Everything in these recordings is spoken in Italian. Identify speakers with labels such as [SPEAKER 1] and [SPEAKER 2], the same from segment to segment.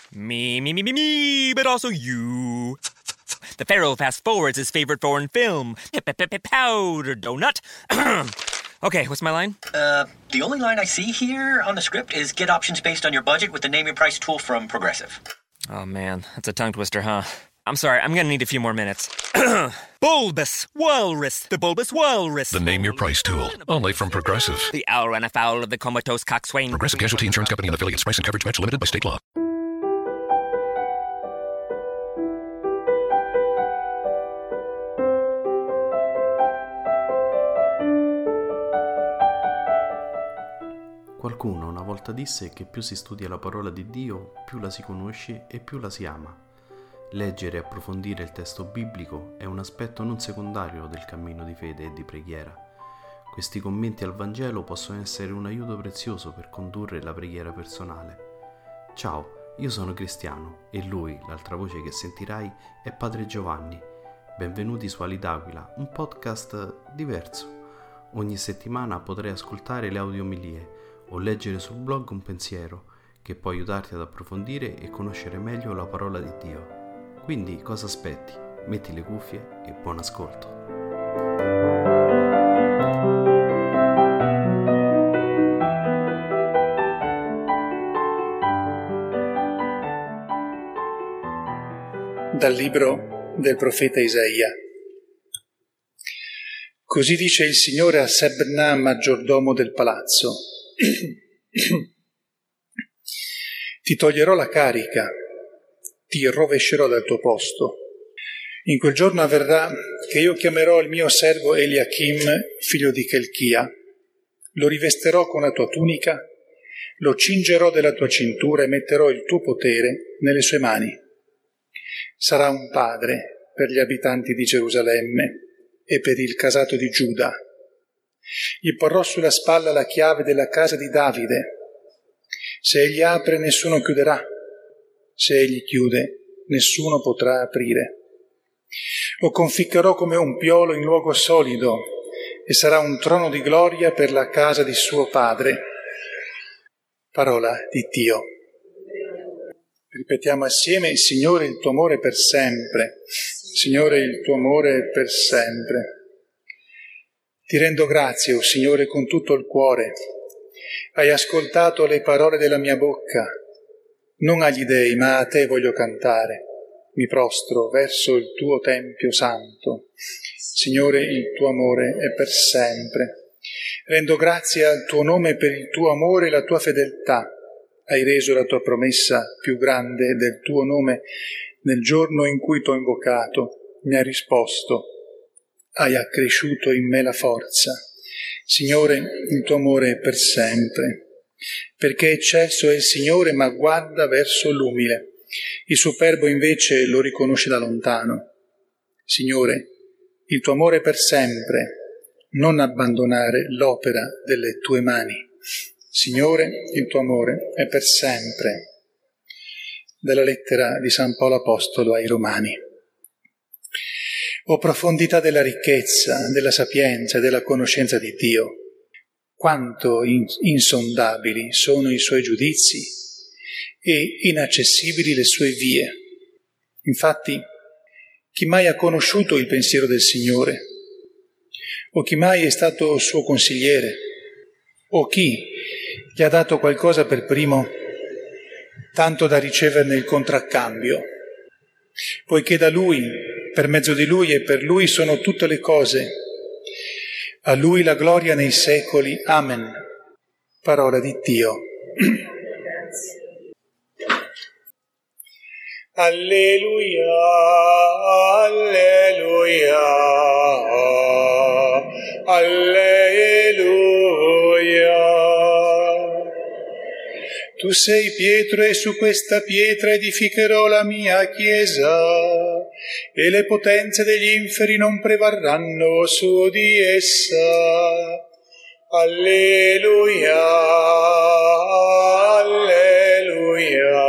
[SPEAKER 1] Me, but also you. The Pharaoh fast forwards his favorite foreign film, Powder Donut. Okay, what's my line?
[SPEAKER 2] The only line I see here on the script is get options based on your budget with the Name Your Price tool from Progressive.
[SPEAKER 1] Oh man, that's a tongue twister, huh? I'm sorry, I'm gonna need a few more minutes. Bulbous Walrus, the Bulbous Walrus.
[SPEAKER 3] The Name Your Price tool, only from Progressive.
[SPEAKER 1] The owl ran afoul of the comatose coxswain.
[SPEAKER 3] Progressive Casualty Insurance Company and affiliates. Price and coverage match limited by state law.
[SPEAKER 4] Qualcuno una volta disse che più si studia la parola di Dio, più la si conosce e più la si ama. Leggere e approfondire il testo biblico è un aspetto non secondario del cammino di fede e di preghiera. Questi commenti al Vangelo possono essere un aiuto prezioso per condurre la preghiera personale. Ciao, io sono Cristiano e lui, l'altra voce che sentirai, è Padre Giovanni. Benvenuti su Ali d'Aquila, un podcast diverso. Ogni settimana potrai ascoltare le audiomilie o leggere sul blog un pensiero che può aiutarti ad approfondire e conoscere meglio la parola di Dio. Quindi cosa aspetti? Metti le cuffie e buon ascolto.
[SPEAKER 5] Dal libro del profeta Isaia. Così dice il Signore a Sebna, maggiordomo del palazzo. Ti toglierò la carica, ti rovescerò dal tuo posto. In quel giorno avverrà che io chiamerò il mio servo Eliachim, figlio di Chelchia, lo rivesterò con la tua tunica, lo cingerò della tua cintura e metterò il tuo potere nelle sue mani. Sarà un padre per gli abitanti di Gerusalemme e per il casato di Giuda. Gli porrò sulla spalla la chiave della casa di Davide. Se egli apre, nessuno chiuderà. Se egli chiude, nessuno potrà aprire. Lo conficcherò come un piolo in luogo solido e sarà un trono di gloria per la casa di suo padre. Parola di Dio. Ripetiamo assieme: Signore, il tuo amore per sempre. Signore, il tuo amore per sempre. Ti rendo grazie, o Signore, con tutto il cuore. Hai ascoltato le parole della mia bocca. Non agli dei, ma a te voglio cantare. Mi prostro verso il tuo tempio santo. Signore, il tuo amore è per sempre. Rendo grazie al tuo nome per il tuo amore e la tua fedeltà. Hai reso la tua promessa più grande del tuo nome. Nel giorno in cui t'ho invocato, mi hai risposto. Hai accresciuto in me la forza. Signore, il tuo amore è per sempre. Perché eccelso è il Signore, ma guarda verso l'umile. Il superbo invece lo riconosce da lontano. Signore, il tuo amore è per sempre. Non abbandonare l'opera delle tue mani. Signore, il tuo amore è per sempre. Dalla lettera di San Paolo Apostolo ai Romani. O profondità della ricchezza, della sapienza e della conoscenza di Dio, quanto insondabili sono i suoi giudizi e inaccessibili le sue vie. Infatti, chi mai ha conosciuto il pensiero del Signore? O chi mai è stato suo consigliere? O chi gli ha dato qualcosa per primo, tanto da riceverne il contraccambio? Poiché da Lui, per mezzo di Lui e per Lui sono tutte le cose. A Lui la gloria nei secoli. Amen. Parola di Dio. Alleluia, alleluia, alleluia. Tu sei Pietro e su questa pietra edificherò la mia chiesa e le potenze degli inferi non prevarranno su di essa. Alleluia, alleluia,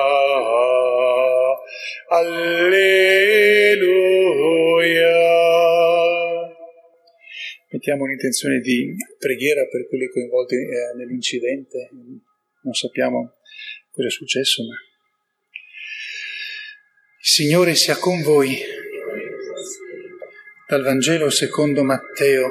[SPEAKER 5] alleluia. Mettiamo un'intenzione di preghiera per quelli coinvolti nell'incidente. Non sappiamo cosa è successo, ma Il Signore sia con voi. Dal Vangelo secondo Matteo.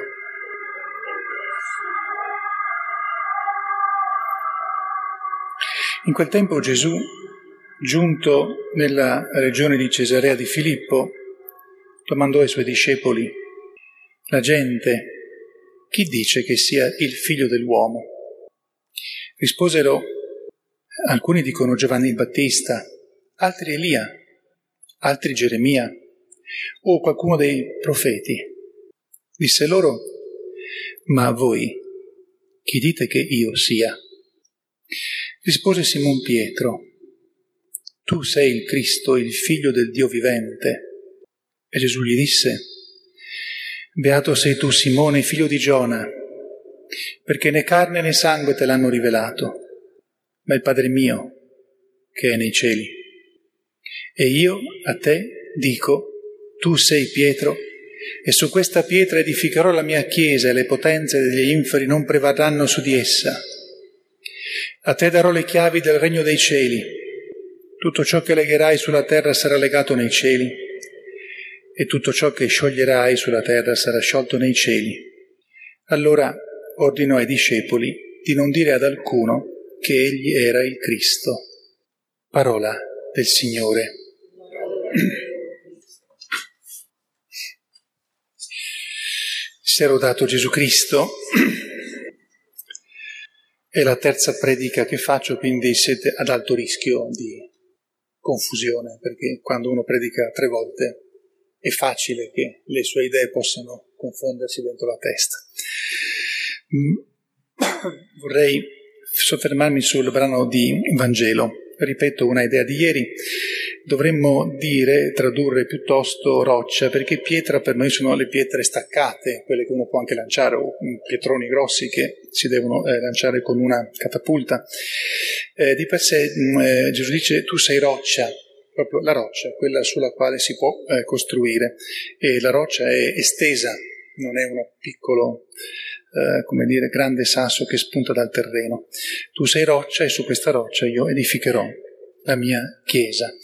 [SPEAKER 5] In quel tempo Gesù, giunto nella regione di Cesarea di Filippo, domandò ai suoi discepoli: la gente, chi dice che sia il figlio dell'uomo? Risposero: alcuni dicono Giovanni il Battista, altri Elia, altri Geremia o qualcuno dei profeti. Disse loro: ma voi chi dite che io sia? Rispose Simon Pietro: tu sei il Cristo, il figlio del Dio vivente. E Gesù gli disse: beato sei tu, Simone, figlio di Giona, perché né carne né sangue te l'hanno rivelato, ma il Padre mio che è nei cieli. E io a te dico: tu sei Pietro, e su questa pietra edificherò la mia chiesa, e le potenze degli inferi non prevarranno su di essa. A te darò le chiavi del regno dei cieli. Tutto ciò che legherai sulla terra sarà legato nei cieli, e tutto ciò che scioglierai sulla terra sarà sciolto nei cieli. Allora ordinò ai discepoli di non dire ad alcuno che egli era il Cristo. Parola del Signore. Sia lodato Gesù Cristo. È la terza predica che faccio, quindi siete ad alto rischio di confusione, perché quando uno predica 3 volte è facile che le sue idee possano confondersi dentro la testa. Vorrei soffermarmi sul brano di Vangelo. Ripeto una idea di ieri: dovremmo tradurre piuttosto roccia, perché pietra per noi sono le pietre staccate, quelle che uno può anche lanciare, o pietroni grossi che si devono lanciare con una catapulta. Di per sé Gesù dice: tu sei roccia, proprio la roccia, quella sulla quale si può costruire, e la roccia è estesa, non è un piccolo grande sasso che spunta dal terreno. Tu sei roccia, e su questa roccia io edificherò la mia chiesa.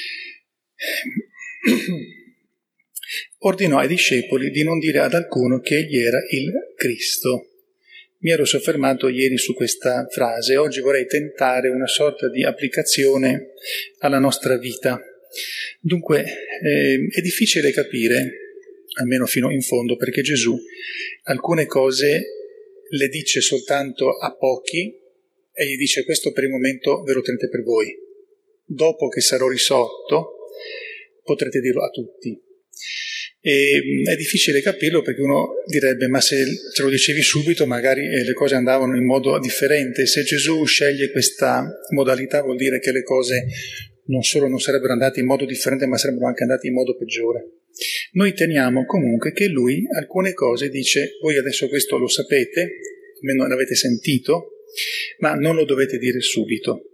[SPEAKER 5] Ordinò ai discepoli di non dire ad alcuno che egli era il Cristo. Mi ero soffermato ieri su questa frase, oggi vorrei tentare una sorta di applicazione alla nostra vita. Dunque, è difficile capire, almeno fino in fondo, perché Gesù alcune cose le dice soltanto a pochi e gli dice: questo per il momento ve lo tenete per voi, dopo che sarò risorto potrete dirlo a tutti. E è difficile capirlo, perché uno direbbe: ma se ce lo dicevi subito magari le cose andavano in modo differente. Se Gesù sceglie questa modalità vuol dire che le cose non solo non sarebbero andate in modo differente, ma sarebbero anche andate in modo peggiore. Noi teniamo comunque che lui alcune cose dice: voi adesso questo lo sapete, almeno l'avete sentito, ma non lo dovete dire subito.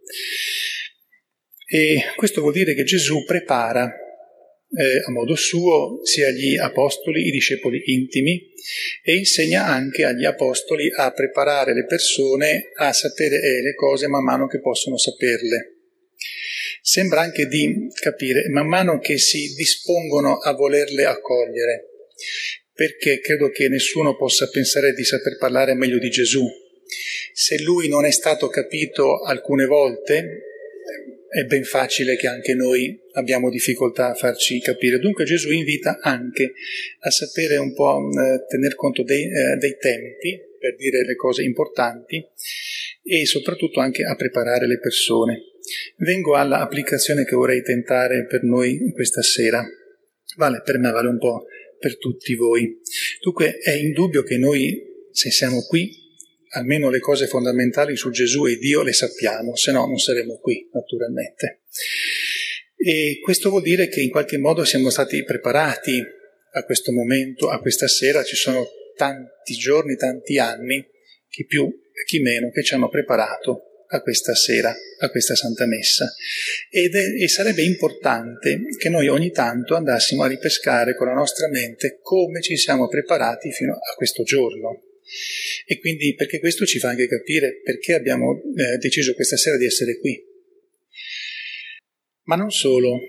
[SPEAKER 5] E questo vuol dire che Gesù prepara a modo suo sia gli apostoli, i discepoli intimi, e insegna anche agli apostoli a preparare le persone a sapere le cose man mano che possono saperle. Sembra anche di capire man mano che si dispongono a volerle accogliere, perché credo che nessuno possa pensare di saper parlare meglio di Gesù. Se lui non è stato capito alcune volte, è ben facile che anche noi abbiamo difficoltà a farci capire. Dunque Gesù invita anche a sapere un po' tener conto dei tempi per dire le cose importanti, e soprattutto anche a preparare le persone. Vengo alla applicazione che vorrei tentare per noi questa sera. Vale per me, vale un po' per tutti voi. Dunque è indubbio che noi, se siamo qui, almeno le cose fondamentali su Gesù e Dio le sappiamo, se no non saremo qui, naturalmente. E questo vuol dire che in qualche modo siamo stati preparati a questo momento, a questa sera. Ci sono tanti giorni, tanti anni, chi più e chi meno, che ci hanno preparato a questa sera, a questa Santa Messa. E sarebbe importante che noi ogni tanto andassimo a ripescare con la nostra mente come ci siamo preparati fino a questo giorno. E quindi, perché questo ci fa anche capire perché abbiamo deciso questa sera di essere qui. Ma non solo,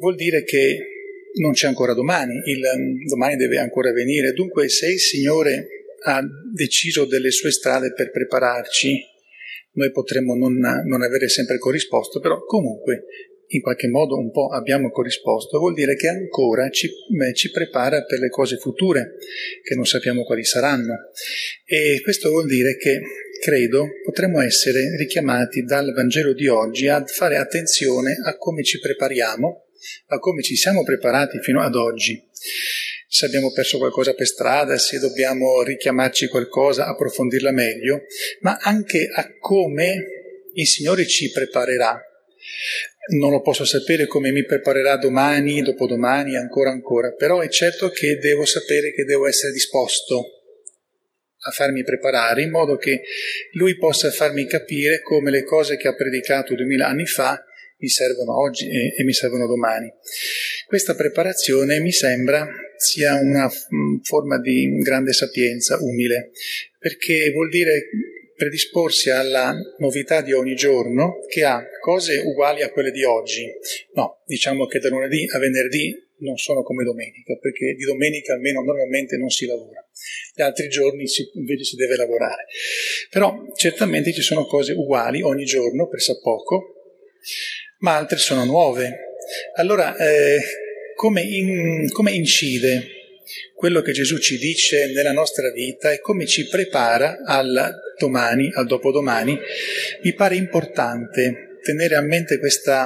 [SPEAKER 5] vuol dire che non c'è ancora domani, il domani deve ancora venire. Dunque, se il Signore ha deciso delle sue strade per prepararci, noi potremmo non avere sempre corrisposto, però comunque in qualche modo un po' abbiamo corrisposto, vuol dire che ancora ci prepara per le cose future, che non sappiamo quali saranno. E questo vuol dire che, credo, potremmo essere richiamati dal Vangelo di oggi a fare attenzione a come ci prepariamo, a come ci siamo preparati fino ad oggi. Se abbiamo perso qualcosa per strada, se dobbiamo richiamarci qualcosa, approfondirla meglio, ma anche a come il Signore ci preparerà. Non lo posso sapere come mi preparerà domani, dopodomani, ancora, però è certo che devo sapere che devo essere disposto a farmi preparare in modo che Lui possa farmi capire come le cose che ha predicato 2000 anni fa mi servono oggi e mi servono domani. Questa preparazione mi sembra sia una forma di grande sapienza, umile, perché vuol dire predisporsi alla novità di ogni giorno che ha cose uguali a quelle di oggi. No, diciamo che da lunedì a venerdì non sono come domenica, perché di domenica almeno normalmente non si lavora. Gli altri giorni invece si deve lavorare. Però certamente ci sono cose uguali ogni giorno, pressappoco, ma altre sono nuove. Allora, come incide quello che Gesù ci dice nella nostra vita e come ci prepara al domani, al dopodomani, mi pare importante tenere a mente questo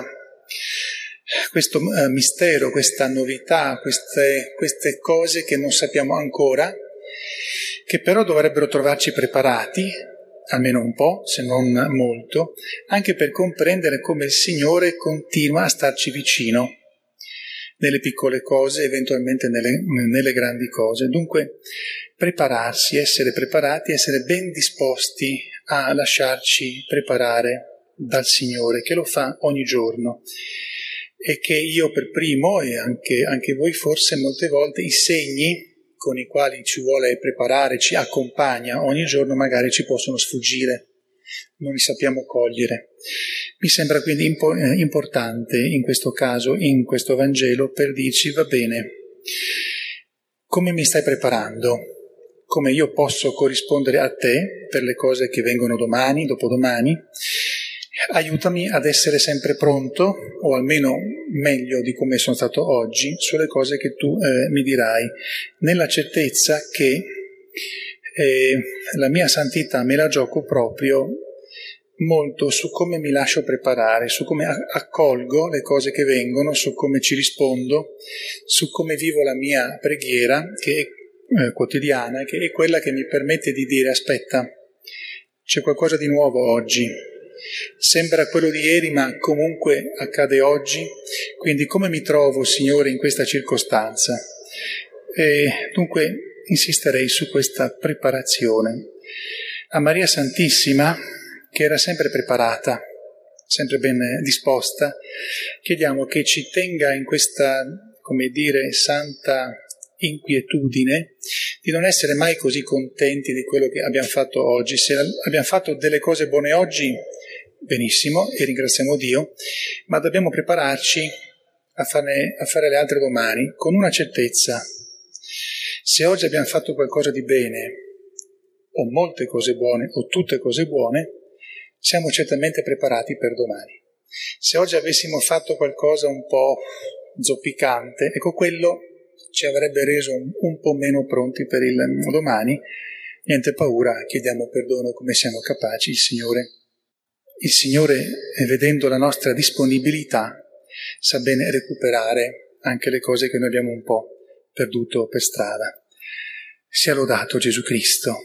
[SPEAKER 5] mistero, questa novità, queste cose che non sappiamo ancora, che però dovrebbero trovarci preparati, almeno un po', se non molto, anche per comprendere come il Signore continua a starci vicino, nelle piccole cose, eventualmente nelle grandi cose. Dunque, prepararsi, essere preparati, essere ben disposti a lasciarci preparare dal Signore, che lo fa ogni giorno, e che io per primo, e anche voi forse molte volte, i segni con i quali ci vuole preparare, ci accompagna ogni giorno, magari ci possono sfuggire, non li sappiamo cogliere. Mi sembra quindi importante in questo caso, in questo Vangelo, per dirci: va bene, come mi stai preparando? Come io posso corrispondere a te per le cose che vengono domani, dopodomani? Aiutami ad essere sempre pronto, o almeno meglio di come sono stato oggi, sulle cose che tu mi dirai, nella certezza che la mia santità me la gioco proprio molto su come mi lascio preparare, su come accolgo le cose che vengono, su come ci rispondo, su come vivo la mia preghiera, che è quotidiana, che è quella che mi permette di dire: aspetta, c'è qualcosa di nuovo oggi. Sembra quello di ieri, ma comunque accade oggi. Quindi come mi trovo, Signore, in questa circostanza? E dunque insisterei su questa preparazione. A Maria Santissima, che era sempre preparata, sempre ben disposta, chiediamo che ci tenga in questa, santa inquietudine di non essere mai così contenti di quello che abbiamo fatto oggi. Se abbiamo fatto delle cose buone oggi, benissimo, e ringraziamo Dio, ma dobbiamo prepararci a fare le altre domani con una certezza: se oggi abbiamo fatto qualcosa di bene, o molte cose buone, o tutte cose buone, siamo certamente preparati per domani. Se oggi avessimo fatto qualcosa un po' zoppicante, ecco, quello ci avrebbe reso un po' meno pronti per il domani. Niente paura, chiediamo perdono come siamo capaci. Il Signore, vedendo la nostra disponibilità, sa bene recuperare anche le cose che noi abbiamo un po' perduto per strada. Sia lodato Gesù Cristo.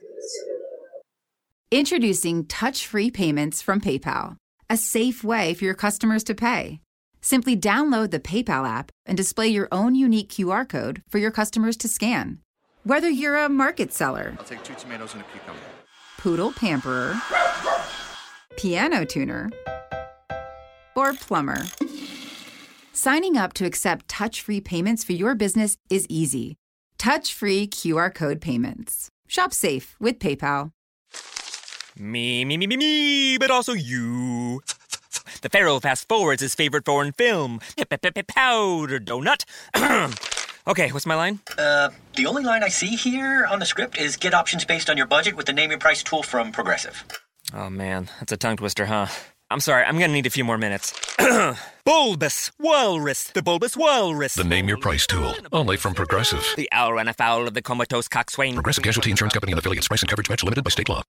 [SPEAKER 6] Introducing touch-free payments from PayPal, a safe way for your customers to pay. Simply download the PayPal app and display your own unique QR code for your customers to scan. Whether you're a market seller,
[SPEAKER 7] I'll take 2 tomatoes and a cucumber,
[SPEAKER 6] poodle pamperer, piano tuner, or plumber, signing up to accept touch-free payments for your business is easy. Touch-free QR code payments. Shop safe with PayPal.
[SPEAKER 1] Me, but also you. The Pharaoh fast forwards his favorite foreign film, Powder Donut. Okay, what's my line?
[SPEAKER 2] The only line I see here on the script is get options based on your budget with the Name Your Price tool from Progressive.
[SPEAKER 1] Oh man, that's a tongue twister, huh? I'm sorry, I'm gonna need a few more minutes. Bulbous Walrus, the Bulbous Walrus.
[SPEAKER 3] The Name Your Price tool, only from Progressive.
[SPEAKER 1] The owl ran afoul of the comatose coxswain.
[SPEAKER 3] Progressive Casualty Insurance Company and affiliates. Price and coverage match limited by state law.